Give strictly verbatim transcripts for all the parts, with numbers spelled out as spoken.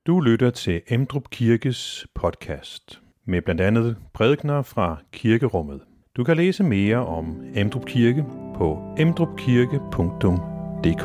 Du lytter til Emdrup Kirkes podcast med blandt andet prædikener fra kirkerummet. Du kan læse mere om Emdrup Kirke på emdrupkirke punktum d k.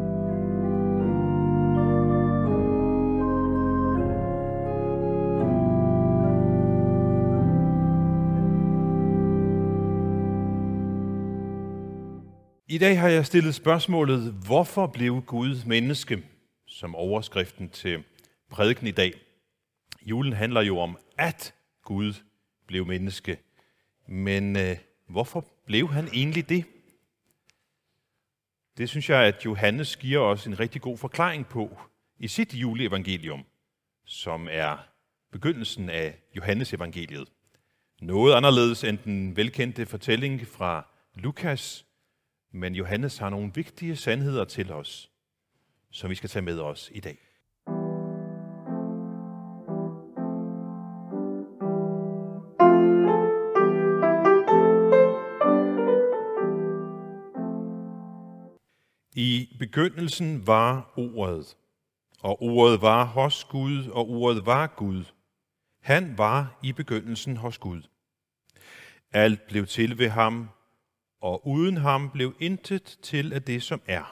I dag har jeg stillet spørgsmålet, hvorfor blev Gud menneske, som overskriften til prædiken i dag. Julen handler jo om, at Gud blev menneske. Men øh, hvorfor blev han egentlig det? Det synes jeg, at Johannes giver os en rigtig god forklaring på i sit juleevangelium, som er begyndelsen af Johannes evangeliet. Noget anderledes end den velkendte fortælling fra Lukas, men Johannes har nogle vigtige sandheder til os, som vi skal tage med os i dag. I begyndelsen var ordet, og ordet var hos Gud, og ordet var Gud. Han var i begyndelsen hos Gud. Alt blev til ved ham, og uden ham blev intet til af det, som er.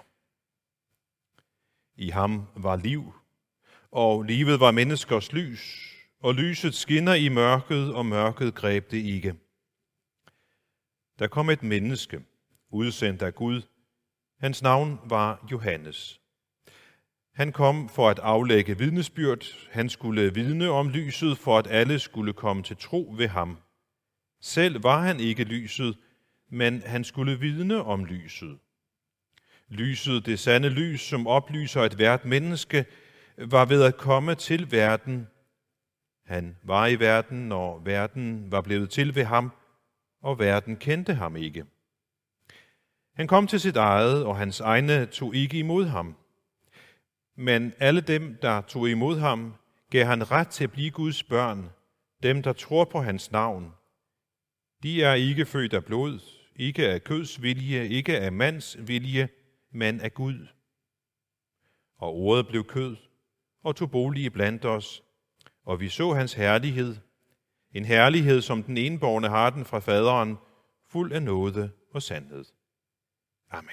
I ham var liv, og livet var menneskers lys, og lyset skinner i mørket, og mørket greb det ikke. Der kom et menneske, udsendt af Gud. Hans navn var Johannes. Han kom for at aflægge vidnesbyrd. Han skulle vidne om lyset, for at alle skulle komme til tro ved ham. Selv var han ikke lyset, men han skulle vidne om lyset. Lyset, det sande lys, som oplyser et hvert menneske, var ved at komme til verden. Han var i verden, og verden var blevet til ved ham, og verden kendte ham ikke. Han kom til sit eget, og hans egne tog ikke imod ham. Men alle dem, der tog imod ham, gav han ret til at blive Guds børn, dem, der tror på hans navn. De er ikke født af blod, ikke af køds vilje, ikke af mands vilje, men af Gud. Og ordet blev kød og tog bolig blandt os, og vi så hans herlighed, en herlighed, som den enbårne har den fra faderen, fuld af nåde og sandhed. Amen.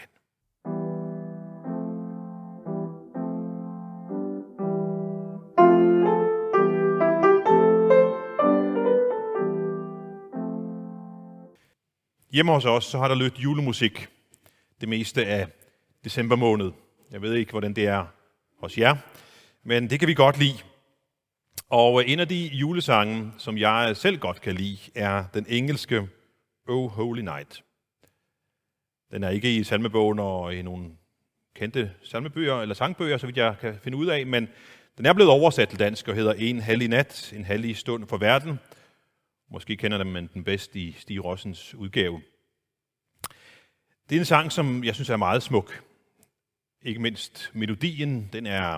Hjemme hos os, så har der lyttet julemusik det meste af december måned. Jeg ved ikke, hvordan det er hos jer, men det kan vi godt lide. Og en af de julesange, som jeg selv godt kan lide, er den engelske O Holy Night. Den er ikke i salmebogen og i nogle kendte salmebøger eller sangbøger, så vidt jeg kan finde ud af, men den er blevet oversat til dansk og hedder En hellig nat, en hellig stund for verden. Måske kender man den bedst i Stig Rossens udgave. Det er en sang, som jeg synes er meget smuk. Ikke mindst melodien, den er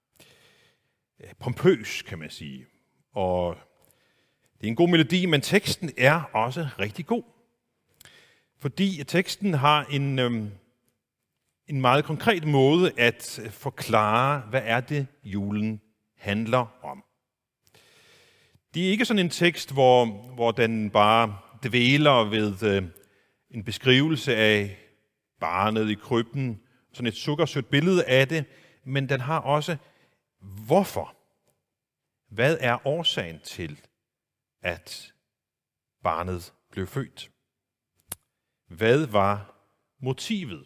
pompøs, kan man sige. Og det er en god melodi, men teksten er også rigtig god. Fordi teksten har en, øhm, en meget konkret måde at forklare, hvad er det, julen handler om. Det er ikke sådan en tekst, hvor, hvor den bare dvæler ved øh, en beskrivelse af barnet i krybben, sådan et sukkersødt billede af det, men den har også, hvorfor? Hvad er årsagen til, at barnet blev født? Hvad var motivet?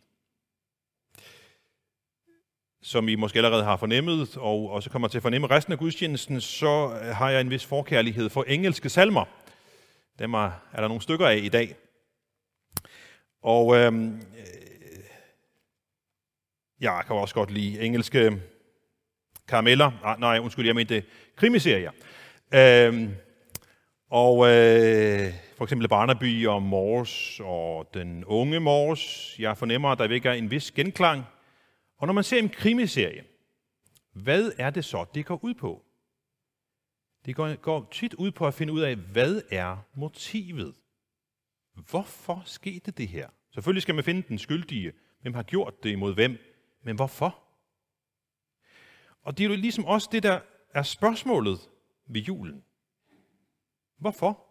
Som I måske allerede har fornemmet, og også kommer til at fornemme resten af gudstjenesten, så har jeg en vis forkærlighed for engelske salmer. Dem er, er der nogle stykker af i dag. Og øhm, øh, jeg kan også godt lide engelske karameller. Ah, nej, undskyld, jeg mente krimiserier. Øhm, og øh, for eksempel Barnaby og Mors og Den unge Mors. Jeg fornemmer, at der vækker en vis genklang. Og når man ser en krimiserie, hvad er det så, det går ud på? Det går, går tit ud på at finde ud af, hvad er motivet? Hvorfor skete det her? Selvfølgelig skal man finde den skyldige. Hvem har gjort det imod hvem? Men hvorfor? Og det er jo ligesom også det, der er spørgsmålet ved julen. Hvorfor?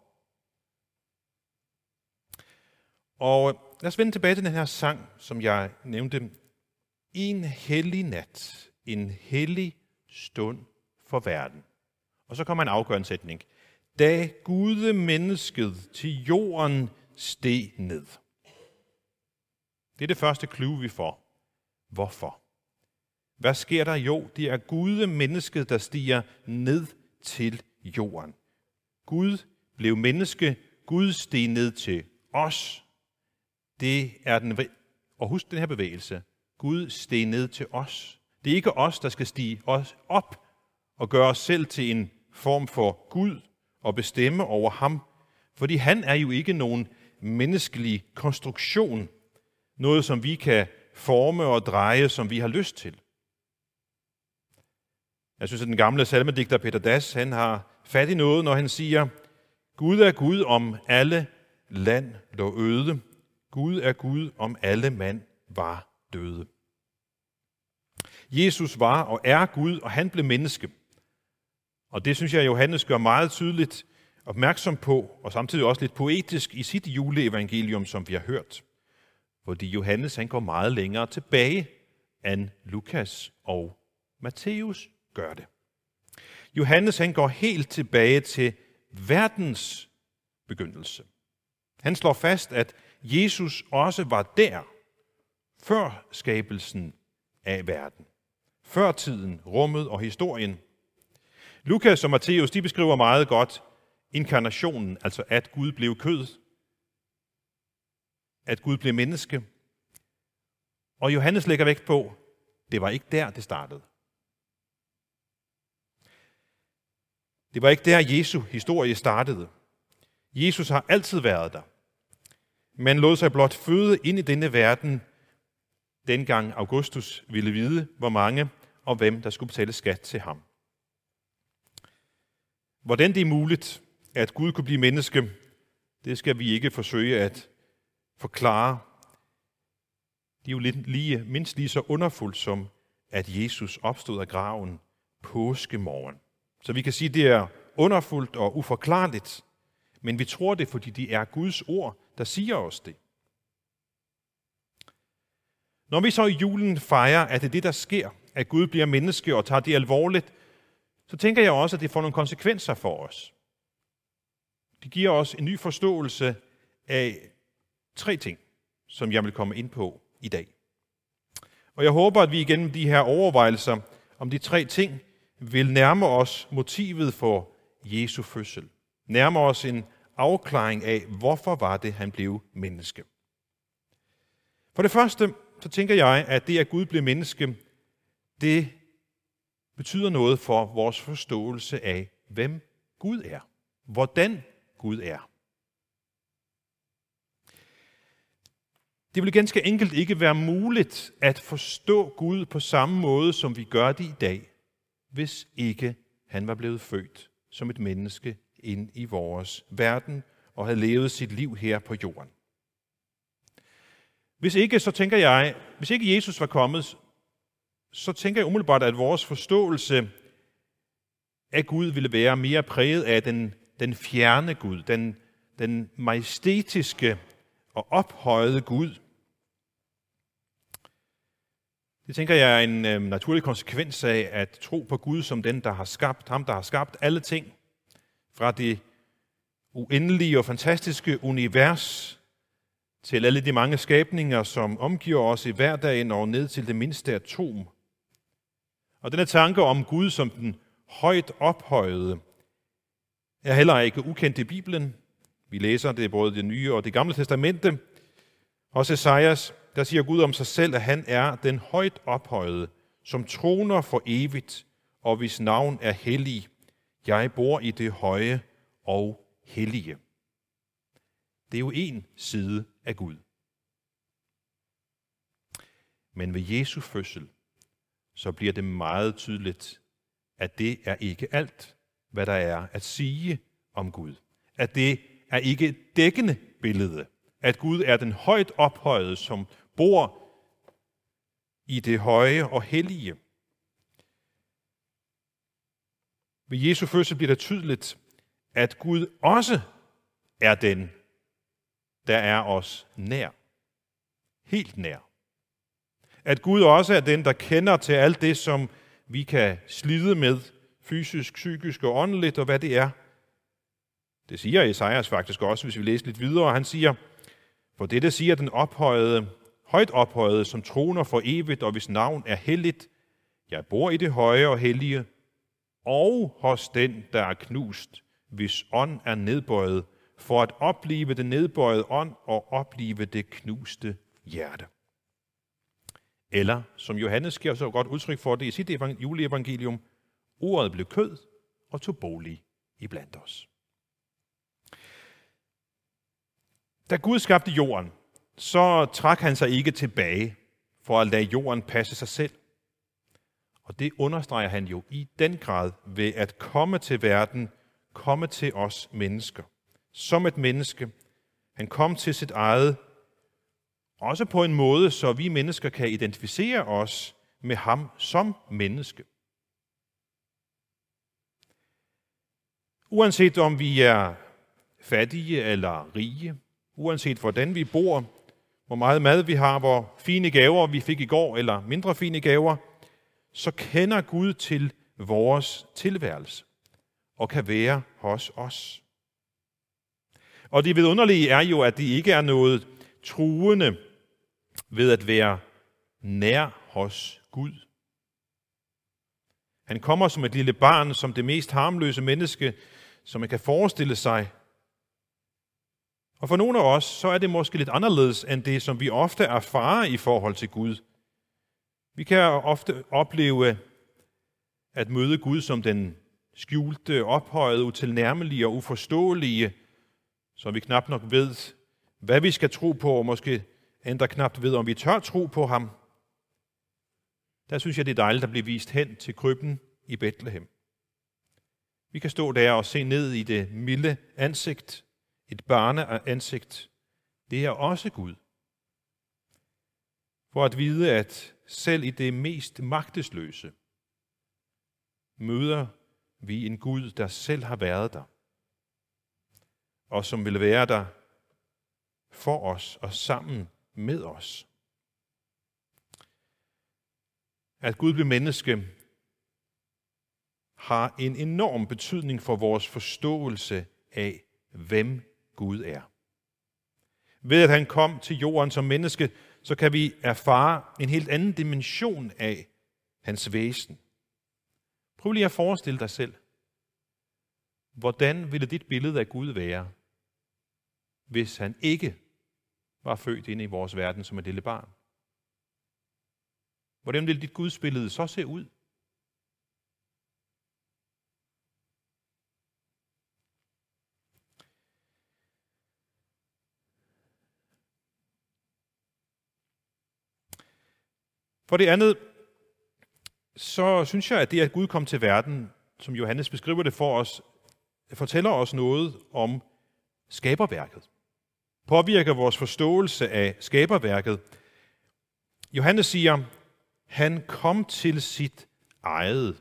Og lad os vende tilbage til den her sang, som jeg nævnte. En hellig nat, en hellig stund for verden. Og så kommer en afgørende sætning. Da Gud mennesket til jorden steg ned. Det er det første clue, vi får. Hvorfor? Hvad sker der? Jo, det er Gud mennesket, der stiger ned til jorden. Gud blev menneske. Gud steg ned til os. Det er den, og husk den her bevægelse. Gud steg ned til os. Det er ikke os, der skal stige os op og gøre os selv til en form for Gud og bestemme over ham. Fordi han er jo ikke nogen menneskelig konstruktion. Noget, som vi kan forme og dreje, som vi har lyst til. Jeg synes, at den gamle salmedigter Peter Dass, han har fat i noget, når han siger, Gud er Gud, om alle land lå øde. Gud er Gud, om alle mand var døde. Jesus var og er Gud, og han blev menneske. Og det synes jeg, Johannes gør meget tydeligt opmærksom på, og samtidig også lidt poetisk i sit juleevangelium, som vi har hørt. Fordi Johannes han går meget længere tilbage, end Lukas og Matthæus gør det. Johannes han går helt tilbage til verdens begyndelse. Han slår fast, at Jesus også var der, før skabelsen af verden. Før tiden, rummet og historien. Lukas og Matthæus, de beskriver meget godt inkarnationen, altså at Gud blev kød. At Gud blev menneske. Og Johannes lægger vægt på, det var ikke der, det startede. Det var ikke der, Jesu historie startede. Jesus har altid været der. Man lod sig blot føde ind i denne verden, dengang Augustus ville vide, hvor mange og hvem, der skulle betale skat til ham. Hvordan det er muligt, at Gud kunne blive menneske, det skal vi ikke forsøge at forklare. Det er jo lidt lige, mindst lige så underfuldt som, at Jesus opstod af graven påskemorgen. Så vi kan sige, at det er underfuldt og uforklarligt, men vi tror det, fordi det er Guds ord, der siger os det. Når vi så i julen fejrer, at det er det, der sker, at Gud bliver menneske og tager det alvorligt, så tænker jeg også, at det får nogle konsekvenser for os. Det giver os en ny forståelse af tre ting, som jeg vil komme ind på i dag. Og jeg håber, at vi igennem de her overvejelser om de tre ting vil nærme os motivet for Jesu fødsel. Nærme os en afklaring af, hvorfor var det, han blev menneske. For det første, så tænker jeg, at det, at Gud blev menneske, det betyder noget for vores forståelse af, hvem Gud er. Hvordan Gud er. Det vil ganske enkelt ikke være muligt at forstå Gud på samme måde, som vi gør det i dag, hvis ikke han var blevet født som et menneske ind i vores verden og havde levet sit liv her på jorden. Hvis ikke, så tænker jeg, hvis ikke Jesus var kommet, så tænker jeg umiddelbart, at vores forståelse af Gud ville være mere præget af den, den fjerne Gud, den, den majestætiske og ophøjede Gud. Det tænker jeg er en øh, naturlig konsekvens af at tro på Gud som den, der har skabt ham, der har skabt alle ting. Fra det uendelige og fantastiske univers til alle de mange skabninger, som omgiver os i hverdagen og ned til det mindste atom. Og denne tanke om Gud som den højt ophøjede er heller ikke ukendt i Bibelen. Vi læser det både det nye og det gamle testamente. Hos Esajas, der siger Gud om sig selv, at han er den højt ophøjede, som troner for evigt, og hvis navn er hellig. Jeg bor i det høje og hellige. Det er jo en side af Gud. Men ved Jesu fødsel, så bliver det meget tydeligt, at det er ikke alt, hvad der er at sige om Gud. At det er ikke et dækkende billede. At Gud er den højt ophøjede, som bor i det høje og hellige. Ved Jesu fødsel bliver det tydeligt, at Gud også er den, der er os nær. Helt nær. At Gud også er den, der kender til alt det, som vi kan slide med, fysisk, psykisk og åndeligt, og hvad det er. Det siger Esajas faktisk også, hvis vi læser lidt videre. Han siger, for dette siger den ophøjede, højt ophøjede, som troner for evigt, og hvis navn er helligt. Jeg bor i det høje og hellige, og hos den, der er knust, hvis ånd er nedbøjet, for at oplive det nedbøjede ånd og oplive det knuste hjerte. Eller, som Johannes giver så godt udtryk for det i sit juleevangelium, ordet blev kød og tog bolig iblandt os. Da Gud skabte jorden, så trak han sig ikke tilbage for at lade jorden passe sig selv. Og det understreger han jo i den grad ved at komme til verden, komme til os mennesker. Som et menneske. Han kom til sit eget, også på en måde, så vi mennesker kan identificere os med ham som menneske. Uanset om vi er fattige eller rige, uanset hvordan vi bor, hvor meget mad vi har, hvor fine gaver vi fik i går, eller mindre fine gaver, så kender Gud til vores tilværelse og kan være hos os. Og det vidunderlige er jo, at det ikke er noget truende ved at være nær hos Gud. Han kommer som et lille barn, som det mest harmløse menneske, som man kan forestille sig. Og for nogle af os, så er det måske lidt anderledes end det, som vi ofte erfarer i forhold til Gud. Vi kan ofte opleve at møde Gud som den skjulte, ophøjede, utilnærmelige og uforståelige, så vi knap nok ved, hvad vi skal tro på, og måske endda knap ved, om vi tør tro på ham. Der synes jeg, det er dejligt at blive vist hen til krybben i Betlehem. Vi kan stå der og se ned i det milde ansigt, et barneansigt. Det er også Gud. For at vide, at selv i det mest magtesløse møder vi en Gud, der selv har været der, og som vil være der for os og sammen med os. At Gud blev menneske har en enorm betydning for vores forståelse af, hvem Gud er. Ved at han kom til jorden som menneske, så kan vi erfare en helt anden dimension af hans væsen. Prøv lige at forestille dig selv. Hvordan ville dit billede af Gud være, hvis han ikke var født inde i vores verden som et lille barn? Hvordan ville dit gudsbillede så se ud? For det andet, så synes jeg, at det, at Gud kom til verden, som Johannes beskriver det for os, fortæller os noget om skaberværket. Påvirker vores forståelse af skaberværket. Johannes siger, han kom til sit eget.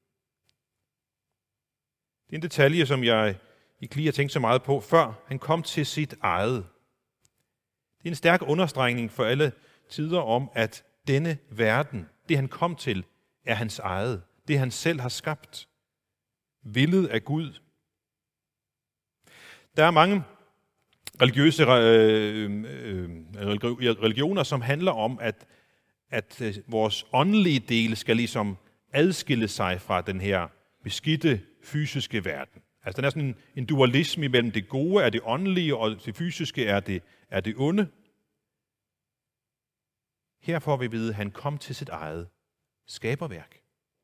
Det er en detalje, som jeg ikke lige har tænkt så meget på før. Han kom til sit eget. Det er en stærk understregning for alle tider om, at denne verden, det han kom til, er hans eget. Det han selv har skabt. Villet af Gud. Der er mange religiøse religioner, som handler om, at, at vores åndelige del skal ligesom adskille sig fra den her beskidte fysiske verden. Altså der er sådan en, en dualisme imellem det gode er det åndelige, og det fysiske er det, er det onde. Her får vi vide, at han kom til sit eget skaberværk.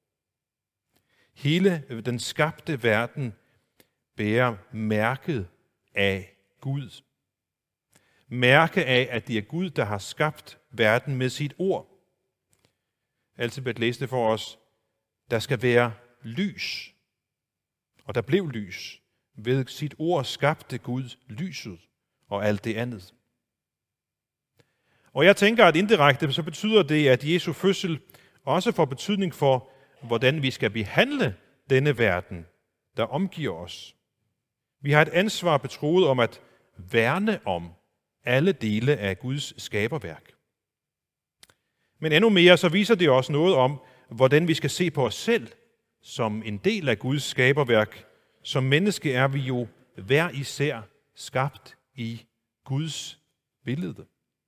Hele den skabte verden bærer mærket af Gud. Mærke af, at det er Gud, der har skabt verden med sit ord. Elsebeth læste for os, der skal være lys. Og der blev lys. Ved sit ord skabte Gud lyset og alt det andet. Og jeg tænker, at indirekte så betyder det, at Jesu fødsel også får betydning for, hvordan vi skal behandle denne verden der omgiver os. Vi har et ansvar betroet om at værne om alle dele af Guds skaberværk. Men endnu mere så viser det også noget om, hvordan vi skal se på os selv som en del af Guds skaberværk. Som menneske er vi jo hver især skabt i Guds billede.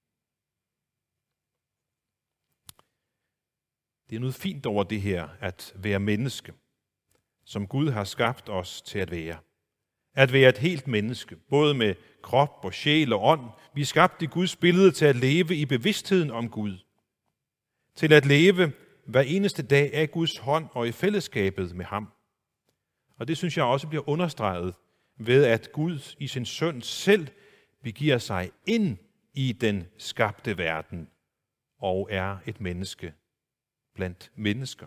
Det er noget fint over det her at være menneske, som Gud har skabt os til at være. At være et helt menneske, både med krop og sjæl og ånd. Vi er skabt i Guds billede til at leve i bevidstheden om Gud. Til at leve hver eneste dag af Guds hånd og i fællesskabet med ham. Og det synes jeg også bliver understreget ved, at Gud i sin søn selv begiver sig ind i den skabte verden og er et menneske blandt mennesker.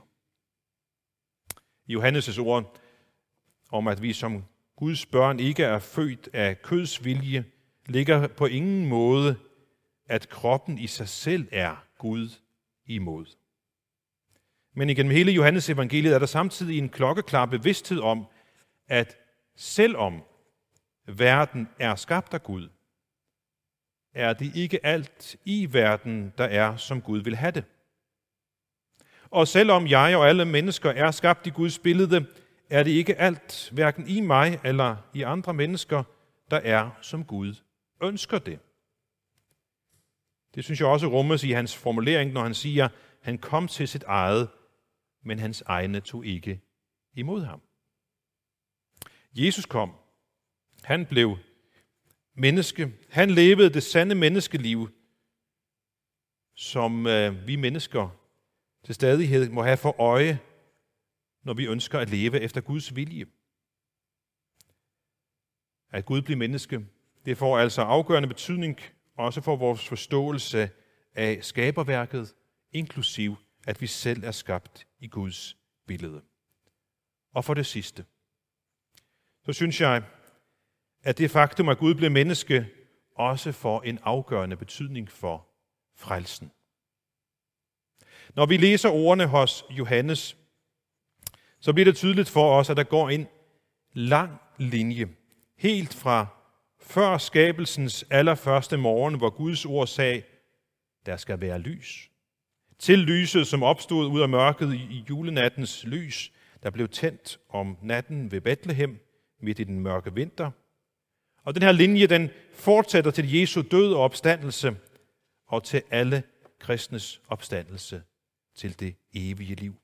I Johannes' ord om, at vi som Guds børn ikke er født af køds vilje, ligger på ingen måde, at kroppen i sig selv er Gud imod. Men igennem hele Johannes evangeliet er der samtidig en klokkeklar bevidsthed om, at selvom verden er skabt af Gud, er det ikke alt i verden, der er, som Gud vil have det. Og selvom jeg og alle mennesker er skabt i Guds billede, er det ikke alt, hverken i mig eller i andre mennesker, der er, som Gud ønsker det. Det synes jeg også rummes i hans formulering, når han siger, han kom til sit eget, men hans egne tog ikke imod ham. Jesus kom. Han blev menneske. Han levede det sande menneskeliv, som øh, vi mennesker til stadighed må have for øje, når vi ønsker at leve efter Guds vilje. At Gud bliver menneske, det får altså afgørende betydning også for vores forståelse af skaberværket, inklusiv at vi selv er skabt i Guds billede. Og for det sidste, så synes jeg, at det faktum, at Gud blev menneske, også får en afgørende betydning for frelsen. Når vi læser ordene hos Johannes, så bliver det tydeligt for os, at der går en lang linje, helt fra før skabelsens allerførste morgen, hvor Guds ord sagde, der skal være lys, til lyset, som opstod ud af mørket i julenattens lys, der blev tændt om natten ved Betlehem, midt i den mørke vinter. Og den her linje, den fortsætter til Jesu død og opstandelse, og til alle kristnes opstandelse til det evige liv.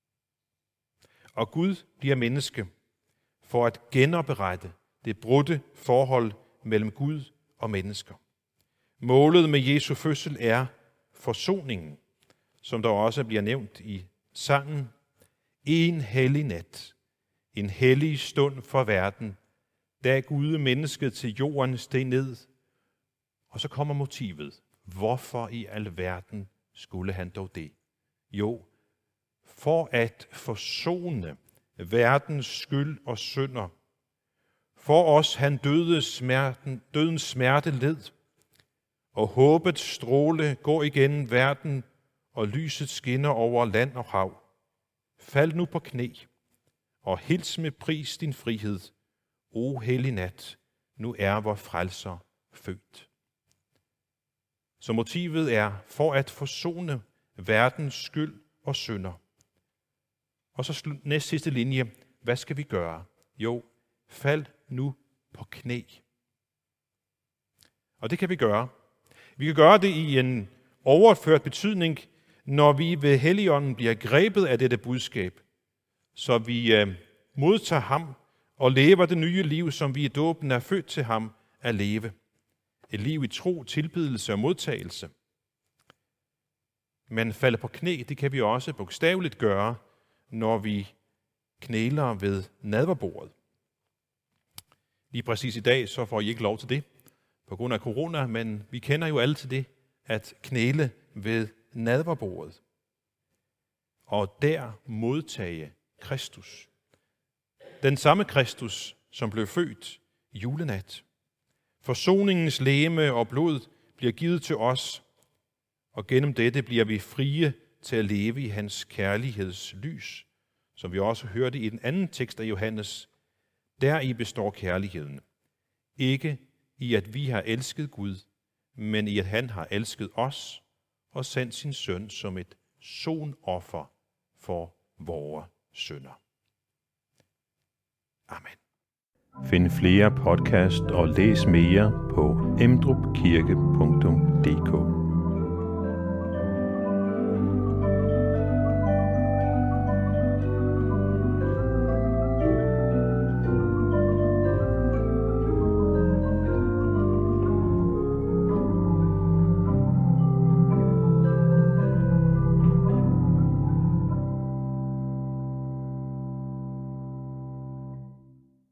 Og Gud bliver menneske for at genoprette det brudte forhold mellem Gud og mennesker. Målet med Jesu fødsel er forsoningen, som der også bliver nævnt i sangen. En hellig nat, en hellig stund for verden, da Gud mennesket til jorden steg ned. Og så kommer motivet. Hvorfor i alverden skulle han dog det? Jo, for at forsone verdens skyld og synder. For os han døde smerten, dødens smerte led, og håbet stråle går igen verden, og lyset skinner over land og hav. Fald nu på knæ, og hils med pris din frihed. O hellig nat, nu er vor frelser født. Så motivet er for at forsone verdens skyld og synder. Og så næst sidste linje, hvad skal vi gøre? Jo, fald nu på knæ. Og det kan vi gøre. Vi kan gøre det i en overført betydning, når vi ved Helligånden bliver grebet af dette budskab, så vi øh, modtager ham og lever det nye liv, som vi i dåben er født til ham at leve. Et liv i tro, tilbedelse og modtagelse. Men falde på knæ, det kan vi også bogstaveligt gøre, når vi knæler ved nadverbordet. Lige præcis i dag, så får I ikke lov til det, på grund af corona, men vi kender jo alle til det, at knæle ved nadverbordet. Og der modtage Kristus. Den samme Kristus, som blev født i julenat. Forsoningens legeme og blod bliver givet til os, og gennem dette bliver vi frie til at leve i hans kærlighedslys, som vi også hørte i den anden tekst af Johannes, Deri består kærligheden. Ikke i, at vi har elsket Gud, men i, at han har elsket os og sendt sin søn som et sonoffer for vore synder. Amen. Find flere podcast og læs mere på emdrupkirke punktum d k.